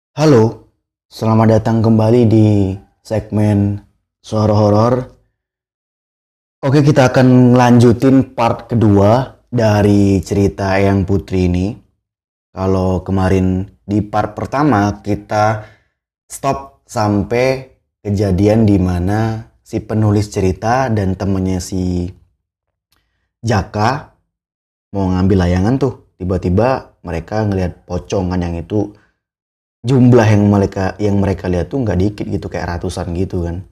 Halo, selamat datang kembali di segmen Suara Horor. Oke, kita akan lanjutin part kedua dari cerita Eyang Putri ini. Kalau kemarin di part pertama kita stop sampai kejadian di mana si penulis cerita dan temennya si Jaka mau ngambil layangan tuh. Tiba-tiba mereka ngelihat pocong kan, yang itu jumlah yang mereka lihat tuh nggak dikit gitu, kayak ratusan gitu kan.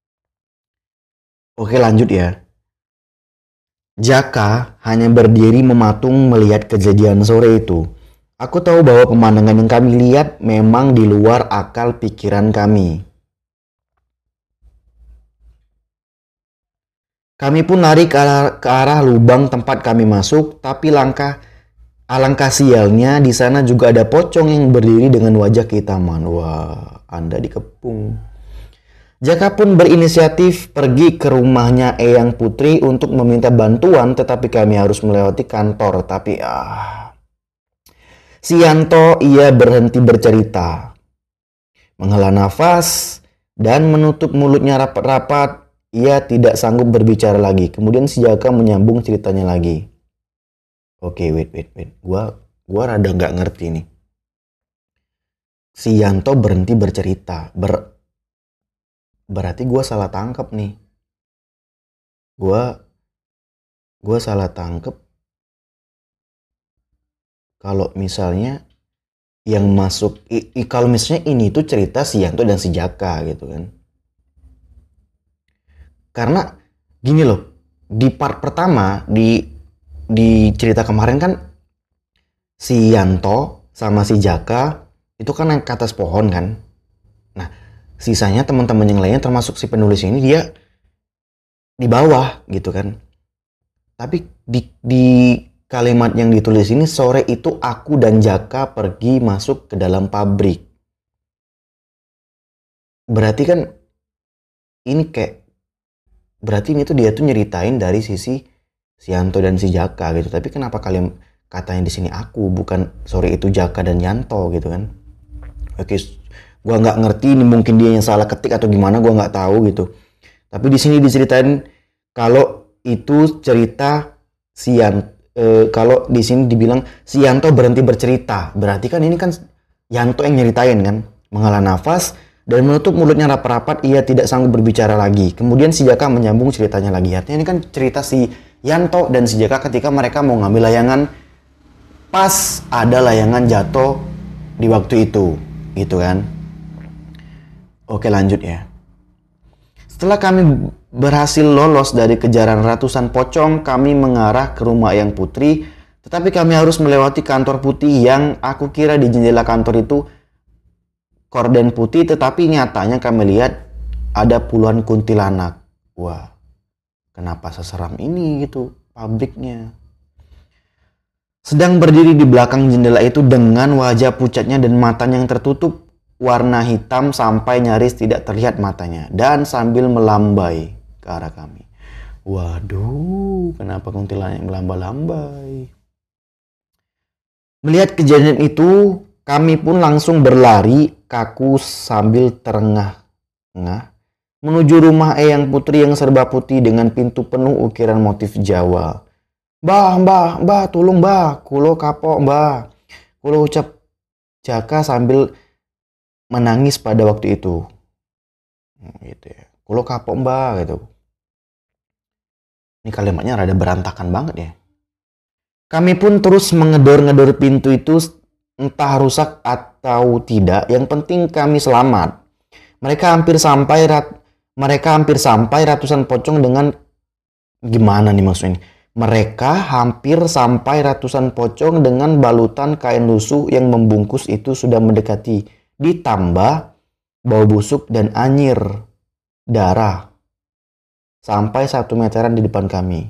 Oke, lanjut ya. Jaka hanya berdiri mematung melihat kejadian sore itu. Aku tahu bahwa pemandangan yang kami lihat memang di luar akal pikiran kami. Kami pun lari ke arah lubang tempat kami masuk, tapi alangkah sialnya di sana juga ada pocong yang berdiri dengan wajah kehitaman. Wah, Anda dikepung. Jaka pun berinisiatif pergi ke rumahnya Eyang Putri untuk meminta bantuan, tetapi kami harus melewati kantor. Si Yanto ia berhenti bercerita, menghela nafas, dan menutup mulutnya rapat-rapat. Ia tidak sanggup berbicara lagi. Kemudian si Jaka menyambung ceritanya lagi. Oke, wait. Gua rada nggak ngerti nih. Si Yanto berhenti bercerita. Berarti gua salah tangkap nih. Gua salah tangkap kalau misalnya yang masuk kalau misalnya ini tuh cerita si Yanto dan si Jaka gitu kan. Karena gini loh, di part pertama di cerita kemarin kan si Yanto sama si Jaka itu kan naik ke atas pohon kan. Nah, sisanya teman-teman yang lainnya termasuk si penulis ini dia di bawah gitu kan. Tapi di kalimat yang ditulis ini, sore itu aku dan Jaka pergi masuk ke dalam pabrik. Berarti kan ini berarti ini tuh dia tuh nyeritain dari sisi si Yanto dan si Jaka gitu. Tapi kenapa kalian katanya di sini aku, bukan sore itu Jaka dan Yanto gitu kan? Oke, gua nggak ngerti, ini mungkin dia yang salah ketik atau gimana, gua nggak tahu gitu. Tapi di sini diceritain kalau itu cerita kalau di sini dibilang si Yanto berhenti bercerita, berarti kan ini kan Yanto yang nyeritain kan, menghela nafas dan menutup mulutnya rapat-rapat, ia tidak sanggup berbicara lagi. Kemudian si Jaka menyambung ceritanya lagi. Artinya ini kan cerita si Yanto dan si Jaka ketika mereka mau ngambil layangan, pas ada layangan jatuh di waktu itu, gitu kan. Oke, lanjut ya. Setelah kami berhasil lolos dari kejaran ratusan pocong, kami mengarah ke rumah Eyang Putri, tetapi kami harus melewati kantor putih yang aku kira di jendela kantor itu korden putih, tetapi nyatanya kami lihat ada puluhan kuntilanak. Wah, kenapa seseram ini gitu pabriknya? Sedang berdiri di belakang jendela itu dengan wajah pucatnya dan matanya yang tertutup warna hitam sampai nyaris tidak terlihat matanya, dan sambil melambai ke arah kami. Waduh, kenapa kuntilanak yang melambai-lambai? Melihat kejadian itu, kami pun langsung berlari kaku sambil terengah-engah menuju rumah Eyang Putri yang serba putih dengan pintu penuh ukiran motif Jawa. Mbah, tolong mbah, kulo kapok mbah, kulo ucap Jaka sambil menangis pada waktu itu. Gitu ya. Kulo kapok mbak gitu. Ini kalimatnya rada berantakan banget ya. Kami pun terus mengedor-ngedor pintu itu, entah rusak atau tidak. Yang penting kami selamat. Mereka hampir sampai ratusan pocong dengan gimana nih maksudnya? Mereka hampir sampai ratusan pocong dengan balutan kain lusuh yang membungkus itu sudah mendekati. Ditambah bau busuk dan anyir darah sampai 1 meteran di depan kami.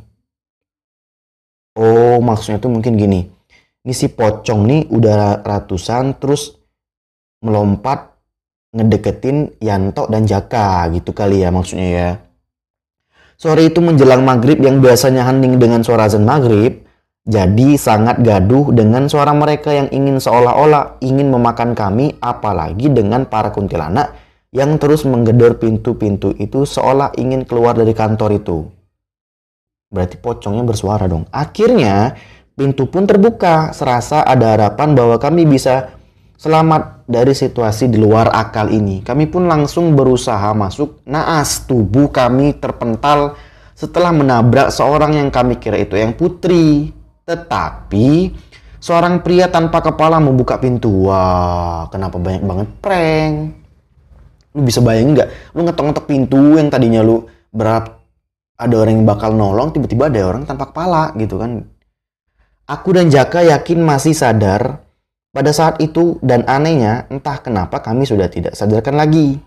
Oh, maksudnya tuh mungkin gini. Ini si pocong nih udah ratusan terus melompat ngedeketin Yanto dan Jaka gitu kali ya maksudnya ya. Sore itu menjelang maghrib yang biasanya hening dengan suara azan maghrib, Jadi sangat gaduh dengan suara mereka yang ingin seolah-olah ingin memakan kami, apalagi dengan para kuntilanak yang terus menggedor pintu-pintu itu seolah ingin keluar dari kantor itu. Berarti pocongnya bersuara dong. Akhirnya pintu pun terbuka, serasa ada harapan bahwa kami bisa selamat dari situasi di luar akal ini. Kami pun langsung berusaha masuk, naas tubuh kami terpental setelah menabrak seorang yang kami kira itu yang putri. Tetapi seorang pria tanpa kepala membuka pintu. Wah, kenapa banyak banget prank? Lu bisa bayangin nggak? Lu ngetok-ngetok pintu yang tadinya lu berharap ada orang yang bakal nolong, tiba-tiba ada orang tanpa kepala gitu kan. Aku dan Jaka yakin masih sadar pada saat itu, dan anehnya entah kenapa kami sudah tidak sadarkan lagi.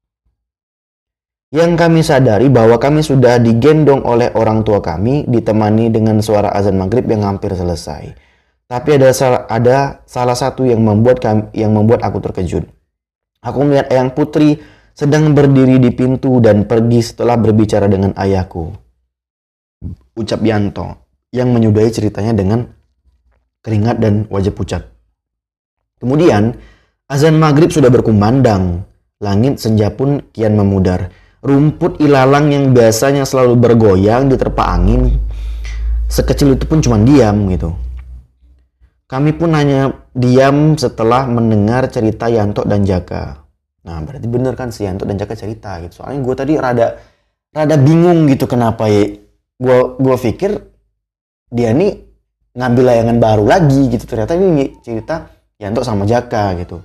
Yang kami sadari bahwa kami sudah digendong oleh orang tua kami, ditemani dengan suara azan maghrib yang hampir selesai. Tapi ada salah satu yang membuat aku terkejut. Aku melihat Eyang Putri sedang berdiri di pintu dan pergi setelah berbicara dengan ayahku, ucap Yanto, yang menyudahi ceritanya dengan keringat dan wajah pucat. Kemudian azan maghrib sudah berkumandang. Langit senja pun kian memudar. Rumput ilalang yang biasanya selalu bergoyang diterpa angin sekecil itu pun cuma diam gitu. Kami pun hanya diam setelah mendengar cerita Yanto dan Jaka. Nah berarti bener kan si Yanto dan Jaka cerita gitu. Soalnya gue tadi rada bingung gitu kenapa ya. Gue pikir dia nih ngambil layangan baru lagi gitu. Ternyata ini cerita Yanto sama Jaka gitu.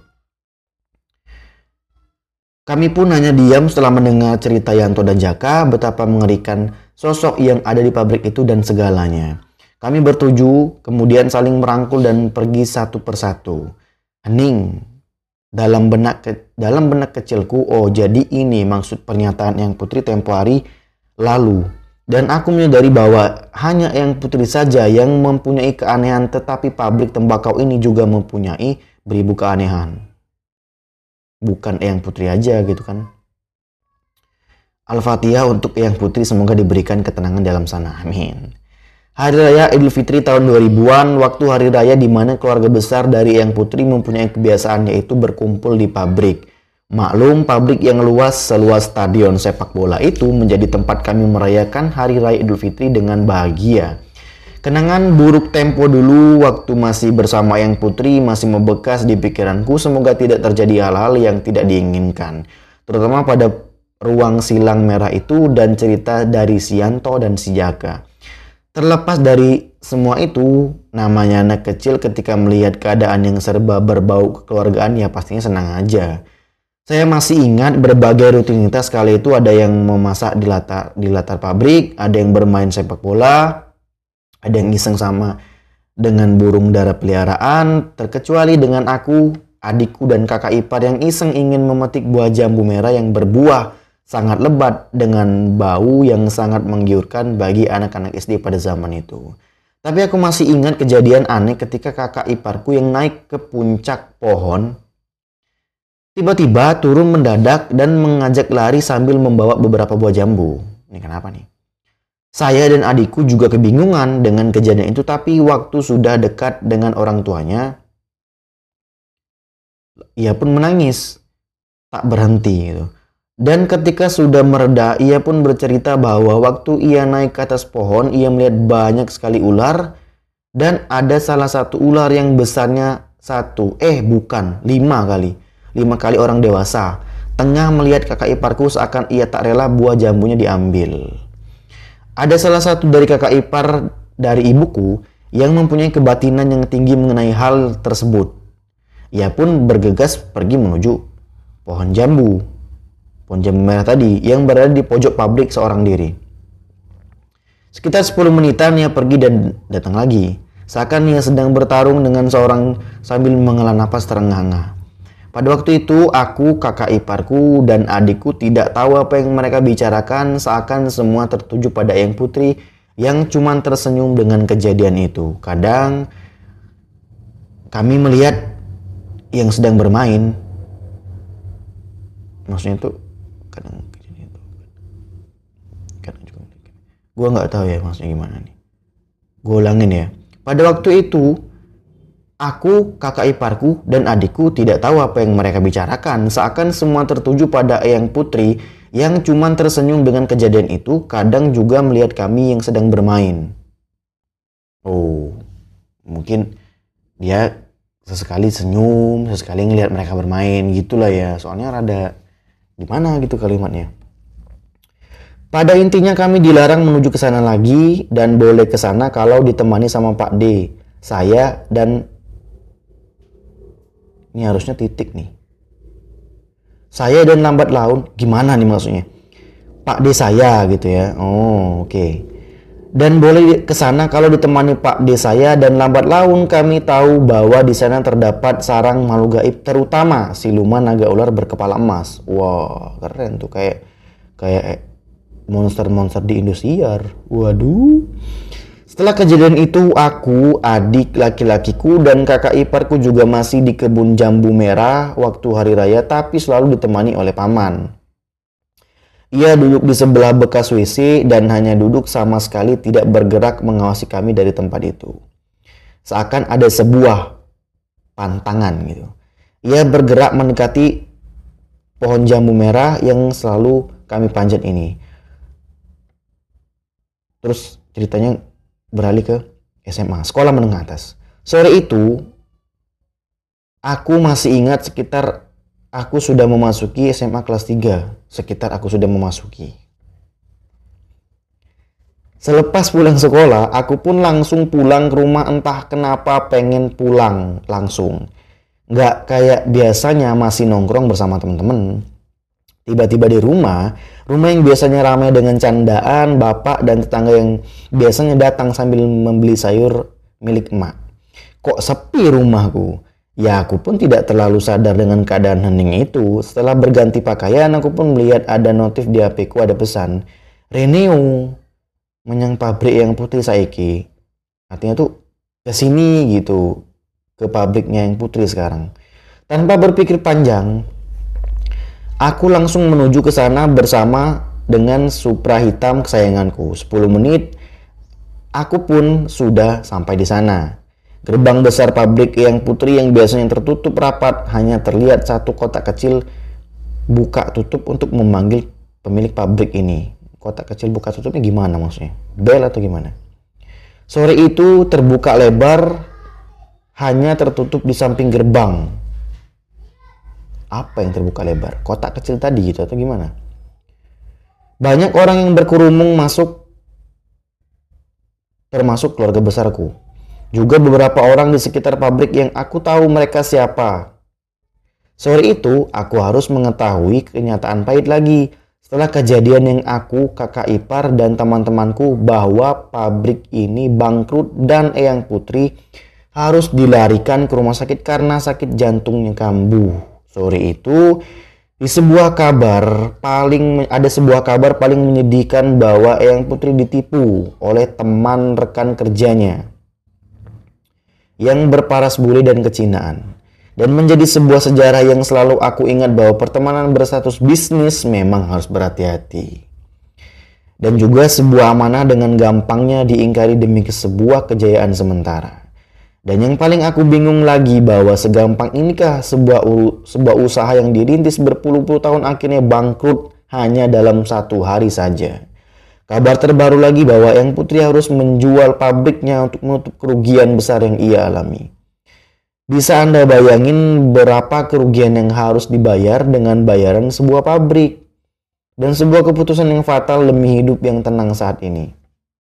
Kami pun hanya diam setelah mendengar cerita Yanto dan Jaka, betapa mengerikan sosok yang ada di pabrik itu dan segalanya. Kami bertujuh, kemudian saling merangkul dan pergi satu persatu. Hening. Dalam benak kecilku, oh jadi ini maksud pernyataan Eyang Putri tempo hari lalu. Dan aku menyadari bahwa hanya Eyang Putri saja yang mempunyai keanehan, tetapi pabrik tembakau ini juga mempunyai beribu keanehan. Bukan Eyang Putri aja gitu kan. Al-Fatihah untuk Eyang Putri, semoga diberikan ketenangan dalam sana. Amin. Hari Raya Idul Fitri tahun 2000-an, waktu hari raya di mana keluarga besar dari Eyang Putri mempunyai kebiasaan yaitu berkumpul di pabrik. Maklum, pabrik yang luas seluas stadion sepak bola itu menjadi tempat kami merayakan Hari Raya Idul Fitri dengan bahagia. Kenangan buruk tempo dulu waktu masih bersama Eyang Putri masih membekas di pikiranku. Semoga tidak terjadi hal-hal yang tidak diinginkan, terutama pada ruang silang merah itu dan cerita dari si Yanto dan si Jaka. Terlepas dari semua itu, namanya anak kecil ketika melihat keadaan yang serba berbau kekeluargaan ya pastinya senang aja. Saya masih ingat berbagai rutinitas kali itu, ada yang memasak di latar pabrik, ada yang bermain sepak bola, ada yang iseng sama dengan burung dara peliharaan, terkecuali dengan aku, adikku dan kakak ipar yang iseng ingin memetik buah jambu merah yang berbuah sangat lebat dengan bau yang sangat menggiurkan bagi anak-anak SD pada zaman itu. Tapi aku masih ingat kejadian aneh ketika kakak iparku yang naik ke puncak pohon tiba-tiba turun mendadak dan mengajak lari sambil membawa beberapa buah jambu. Ini kenapa nih? Saya dan adikku juga kebingungan dengan kejadian itu, tapi waktu sudah dekat dengan orang tuanya, ia pun menangis, tak berhenti gitu. Dan ketika sudah mereda, ia pun bercerita bahwa waktu ia naik ke atas pohon, ia melihat banyak sekali ular, dan ada salah satu ular yang besarnya lima kali orang dewasa. Tengah melihat kakak iparku seakan ia tak rela buah jambunya diambil. Ada salah satu dari kakak ipar dari ibuku yang mempunyai kebatinan yang tinggi mengenai hal tersebut. Ia pun bergegas pergi menuju pohon jambu merah tadi yang berada di pojok pabrik seorang diri. Sekitar 10 menitan ia pergi dan datang lagi. Seakan ia sedang bertarung dengan seorang sambil menghela napas terengah-engah. Pada waktu itu, aku, kakak iparku, dan adikku tidak tahu apa yang mereka bicarakan, seakan semua tertuju pada Eyang Putri yang cuma tersenyum dengan kejadian itu. Kadang kami melihat yang sedang bermain. Maksudnya itu kadang kejadian itu. Kadang juga. Gue nggak tahu ya maksudnya gimana nih. Gue ulangin ya. Pada waktu itu, aku, kakak iparku, dan adikku tidak tahu apa yang mereka bicarakan. Seakan semua tertuju pada Eyang Putri yang cuma tersenyum dengan kejadian itu, kadang juga melihat kami yang sedang bermain. Oh, mungkin dia sesekali senyum, sesekali ngelihat mereka bermain gitulah ya. Soalnya rada gimana gitu kalimatnya. Pada intinya kami dilarang menuju ke sana lagi dan boleh ke sana kalau ditemani sama Pak D. Saya dan ini harusnya titik nih. Saya dan lambat laun, gimana nih maksudnya? Pak D saya gitu ya. Oh, oke. Dan boleh ke sana kalau ditemani Pak D saya dan lambat laun kami tahu bahwa di sana terdapat sarang makhluk gaib terutama siluman naga ular berkepala emas. Wah, keren tuh kayak monster-monster di Indosiar. Waduh. Setelah kejadian itu, aku, adik laki-lakiku, dan kakak iparku juga masih di kebun jambu merah waktu hari raya, tapi selalu ditemani oleh paman. Ia duduk di sebelah bekas WC dan hanya duduk sama sekali tidak bergerak mengawasi kami dari tempat itu. Seakan ada sebuah pantangan gitu. Ia bergerak mendekati pohon jambu merah yang selalu kami panjat ini. Terus ceritanya beralih ke SMA, sekolah menengah atas. Sore itu, aku masih ingat sekitar aku sudah memasuki SMA kelas 3. Sekitar aku sudah memasuki. Selepas pulang sekolah, aku pun langsung pulang ke rumah, entah kenapa pengen pulang langsung. Nggak kayak biasanya masih nongkrong bersama teman-teman. Tiba-tiba di rumah yang biasanya ramai dengan candaan bapak dan tetangga yang biasanya datang sambil membeli sayur milik emak. Kok sepi rumahku? Ya aku pun tidak terlalu sadar dengan keadaan hening itu. Setelah berganti pakaian, aku pun melihat ada notif di HP ku, ada pesan. Reneo, menyang pabrik yang putri saiki. Artinya tuh ke sini gitu, ke pabriknya yang putri sekarang. Tanpa berpikir panjang, aku langsung menuju ke sana bersama dengan Supra hitam kesayanganku. 10 menit, aku pun sudah sampai di sana. Gerbang besar pabrik yang putri yang biasanya tertutup rapat, hanya terlihat satu kotak kecil buka tutup untuk memanggil pemilik pabrik ini. Kotak kecil buka tutupnya gimana maksudnya? Bel atau gimana? Sore itu terbuka lebar, hanya tertutup di samping gerbang. Apa yang terbuka lebar? Kotak kecil tadi gitu atau gimana? Banyak orang yang berkerumung masuk, termasuk keluarga besarku. Juga beberapa orang di sekitar pabrik yang aku tahu mereka siapa. Sore itu aku harus mengetahui kenyataan pahit lagi. Setelah kejadian yang aku, kakak ipar, dan teman-temanku bahwa pabrik ini bangkrut dan Eyang Putri harus dilarikan ke rumah sakit karena sakit jantungnya kambuh. Sore itu ada sebuah kabar paling menyedihkan bahwa Eyang Putri ditipu oleh teman rekan kerjanya yang berparas bule dan kecinaan. Dan menjadi sebuah sejarah yang selalu aku ingat bahwa pertemanan berstatus bisnis memang harus berhati-hati. Dan juga sebuah amanah dengan gampangnya diingkari demi sebuah kejayaan sementara. Dan yang paling aku bingung lagi bahwa segampang inikah sebuah usaha yang dirintis berpuluh-puluh tahun akhirnya bangkrut hanya dalam satu hari saja. Kabar terbaru lagi bahwa Eyang Putri harus menjual pabriknya untuk menutup kerugian besar yang ia alami. Bisa Anda bayangin berapa kerugian yang harus dibayar dengan bayaran sebuah pabrik dan sebuah keputusan yang fatal demi hidup yang tenang saat ini.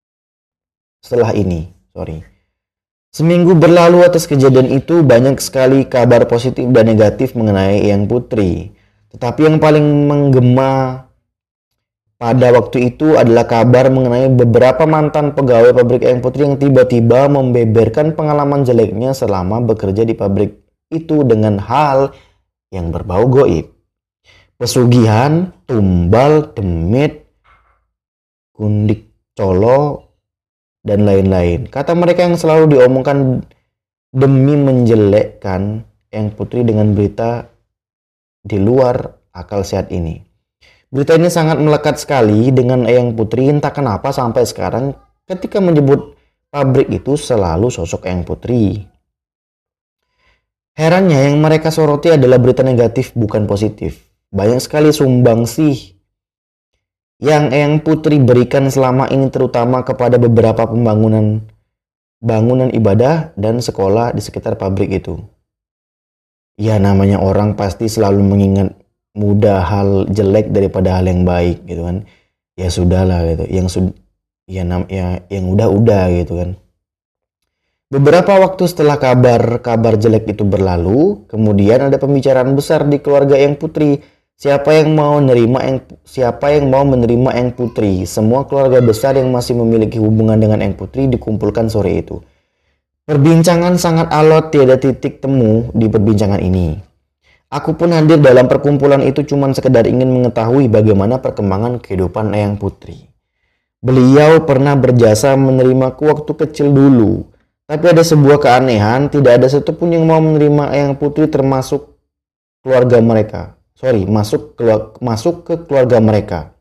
Seminggu berlalu atas kejadian itu, banyak sekali kabar positif dan negatif mengenai Eyang Putri. Tetapi yang paling menggema pada waktu itu adalah kabar mengenai beberapa mantan pegawai pabrik Eyang Putri yang tiba-tiba membeberkan pengalaman jeleknya selama bekerja di pabrik itu dengan hal yang berbau goib. Pesugihan, tumbal, demit, gundik colo, dan lain-lain. Kata mereka yang selalu diomongkan demi menjelekkan Eyang Putri dengan berita di luar akal sehat ini. Berita ini sangat melekat sekali dengan Eyang Putri, entah kenapa sampai sekarang ketika menyebut pabrik itu selalu sosok Eyang Putri. Herannya yang mereka soroti adalah berita negatif bukan positif. Banyak sekali sumbangsih yang Eyang Putri berikan selama ini terutama kepada beberapa bangunan ibadah dan sekolah di sekitar pabrik itu. Ya namanya orang pasti selalu mengingat mudah hal jelek daripada hal yang baik gitu kan. Ya sudahlah gitu. Yang udah gitu kan. Beberapa waktu setelah kabar jelek itu berlalu, kemudian ada pembicaraan besar di keluarga Eyang Putri. Siapa yang mau menerima Eyang Putri? Semua keluarga besar yang masih memiliki hubungan dengan Eyang Putri dikumpulkan sore itu. Perbincangan sangat alot, tiada titik temu di perbincangan ini. Aku pun hadir dalam perkumpulan itu cuman sekedar ingin mengetahui bagaimana perkembangan kehidupan Eyang Putri. Beliau pernah berjasa menerimaku waktu kecil dulu. Tapi ada sebuah keanehan, tidak ada satupun yang mau menerima Eyang Putri termasuk keluarga mereka. Masuk ke keluarga mereka.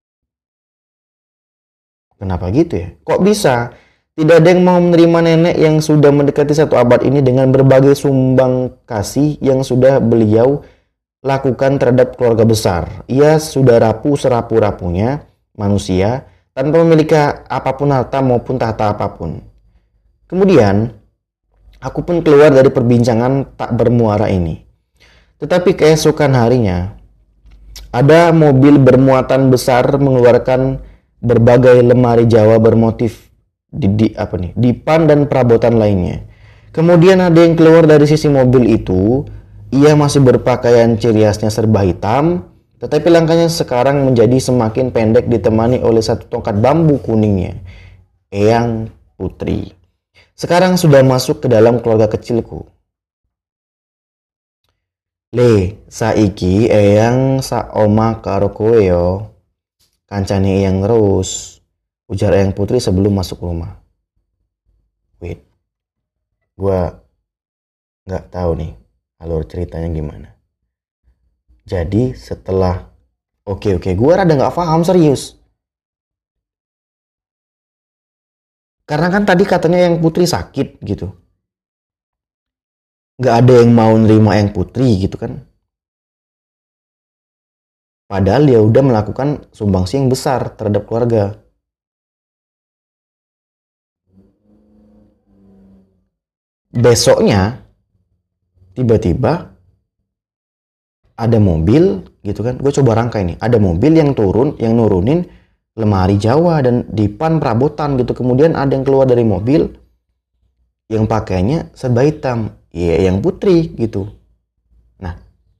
Kenapa gitu ya? Kok bisa? Tidak ada yang mau menerima nenek yang sudah mendekati 1 abad ini dengan berbagai sumbang kasih yang sudah beliau lakukan terhadap keluarga besar. Ia sudah rapuh serapu-rapuhnya manusia tanpa memiliki apapun harta maupun tahta apapun. Kemudian, aku pun keluar dari perbincangan tak bermuara ini. Tetapi keesokan harinya, ada mobil bermuatan besar mengeluarkan berbagai lemari Jawa bermotif dipan dan perabotan lainnya. Kemudian ada yang keluar dari sisi mobil itu. Ia masih berpakaian ciri khasnya serba hitam, tetapi langkahnya sekarang menjadi semakin pendek ditemani oleh satu tongkat bambu kuningnya. Eyang Putri sekarang sudah masuk ke dalam keluarga kecilku. Saiki eyang saoma karo kowe yo. Kancane eyang terus, ujar Eyang Putri sebelum masuk rumah. Wait, gua nggak tahu nih alur ceritanya gimana. Jadi setelah Oke, gua rada nggak paham serius. Karena kan tadi katanya Eyang Putri sakit gitu. Nggak ada yang mau nerima Eyang Putri gitu kan. Padahal dia udah melakukan sumbangsi yang besar terhadap keluarga. Besoknya, tiba-tiba ada mobil gitu kan. Gue coba rangkai nih. Ada mobil yang nurunin lemari Jawa dan dipan perabotan gitu. Kemudian ada yang keluar dari mobil yang pakainya serba hitam. Ya, Eyang Putri gitu. Nah,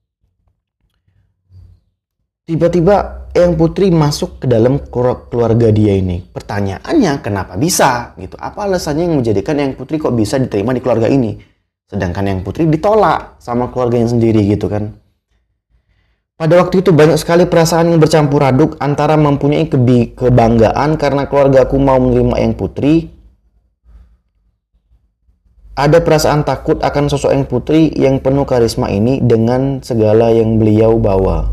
tiba-tiba Eyang Putri masuk ke dalam keluarga dia ini. Pertanyaannya kenapa bisa gitu? Apa alasannya yang menjadikan Eyang Putri kok bisa diterima di keluarga ini? Sedangkan Eyang Putri ditolak sama keluarganya sendiri gitu kan. Pada waktu itu banyak sekali perasaan yang bercampur aduk antara mempunyai kebanggaan karena keluargaku mau menerima Eyang Putri. Ada perasaan takut akan sosok Eyang Putri yang penuh karisma ini dengan segala yang beliau bawa.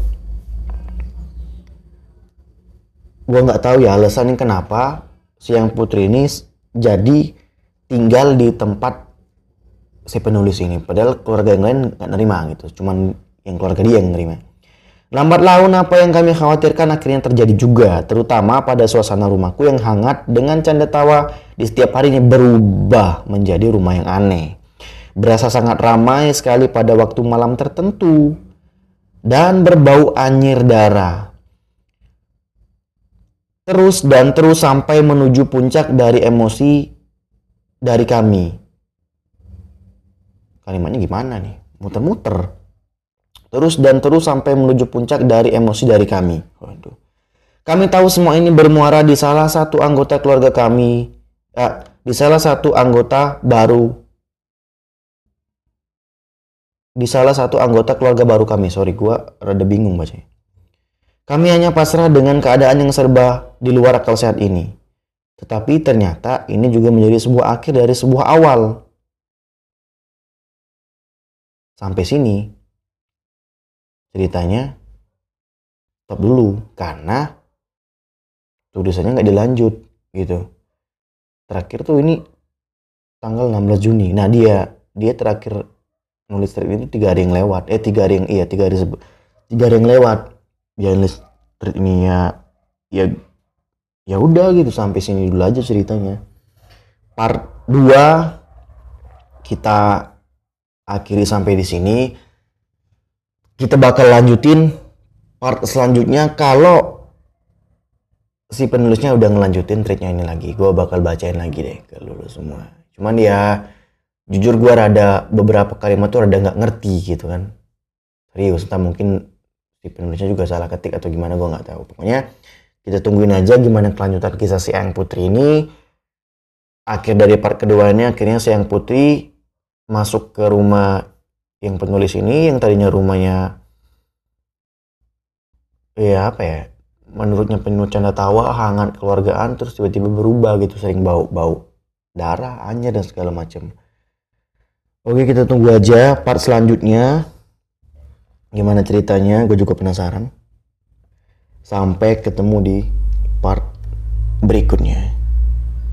Gue nggak tahu ya alasannya kenapa si Eyang Putri ini jadi tinggal di tempat si penulis ini. Padahal keluarga yang lain nggak nerima gitu. Cuman yang keluarga dia yang nerima. Lambat laun apa yang kami khawatirkan akhirnya terjadi juga, terutama pada suasana rumahku yang hangat dengan canda tawa di setiap harinya berubah menjadi rumah yang aneh. Berasa sangat ramai sekali pada waktu malam tertentu dan berbau anyir darah. Terus sampai menuju puncak dari emosi dari kami. Kalimatnya gimana nih? Muter-muter. Terus sampai menuju puncak dari emosi dari kami. Waduh. Kami tahu semua ini bermuara di salah satu anggota keluarga kami. Di salah satu anggota keluarga baru kami. Sorry, gua rada bingung bacanya. Kami hanya pasrah dengan keadaan yang serba di luar akal sehat ini. Tetapi ternyata ini juga menjadi sebuah akhir dari sebuah awal. Sampai sini ceritanya stop dulu karena tulisannya nggak dilanjut gitu. terakhir tuh ini tanggal 16 Juni. Nah, dia terakhir nulis tweet ini 3 hari yang lewat. 3 hari yang lewat. Dia nulis tweet ini ya ya udah gitu, sampai sini dulu aja ceritanya. Part 2 kita akhiri sampai di sini. Kita bakal lanjutin part selanjutnya kalau si penulisnya udah ngelanjutin threadnya ini lagi. Gue bakal bacain lagi deh ke lu semua. Cuman ya jujur gue rada beberapa kalimat tuh rada nggak ngerti gitu kan. Serius, entah mungkin si penulisnya juga salah ketik atau gimana, gue nggak tahu. Pokoknya kita tungguin aja gimana kelanjutan kisah si Ayang Putri ini. Akhir dari part keduanya, akhirnya si Ayang Putri masuk ke rumah yang penulis ini, yang tadinya rumahnya ya apa ya, menurutnya penuh canda tawa, hangat, keluargaan, terus tiba-tiba berubah gitu, sering bau darah, anjir dan segala macam. Oke, kita tunggu aja part selanjutnya gimana ceritanya, gue juga penasaran. Sampai ketemu di part berikutnya.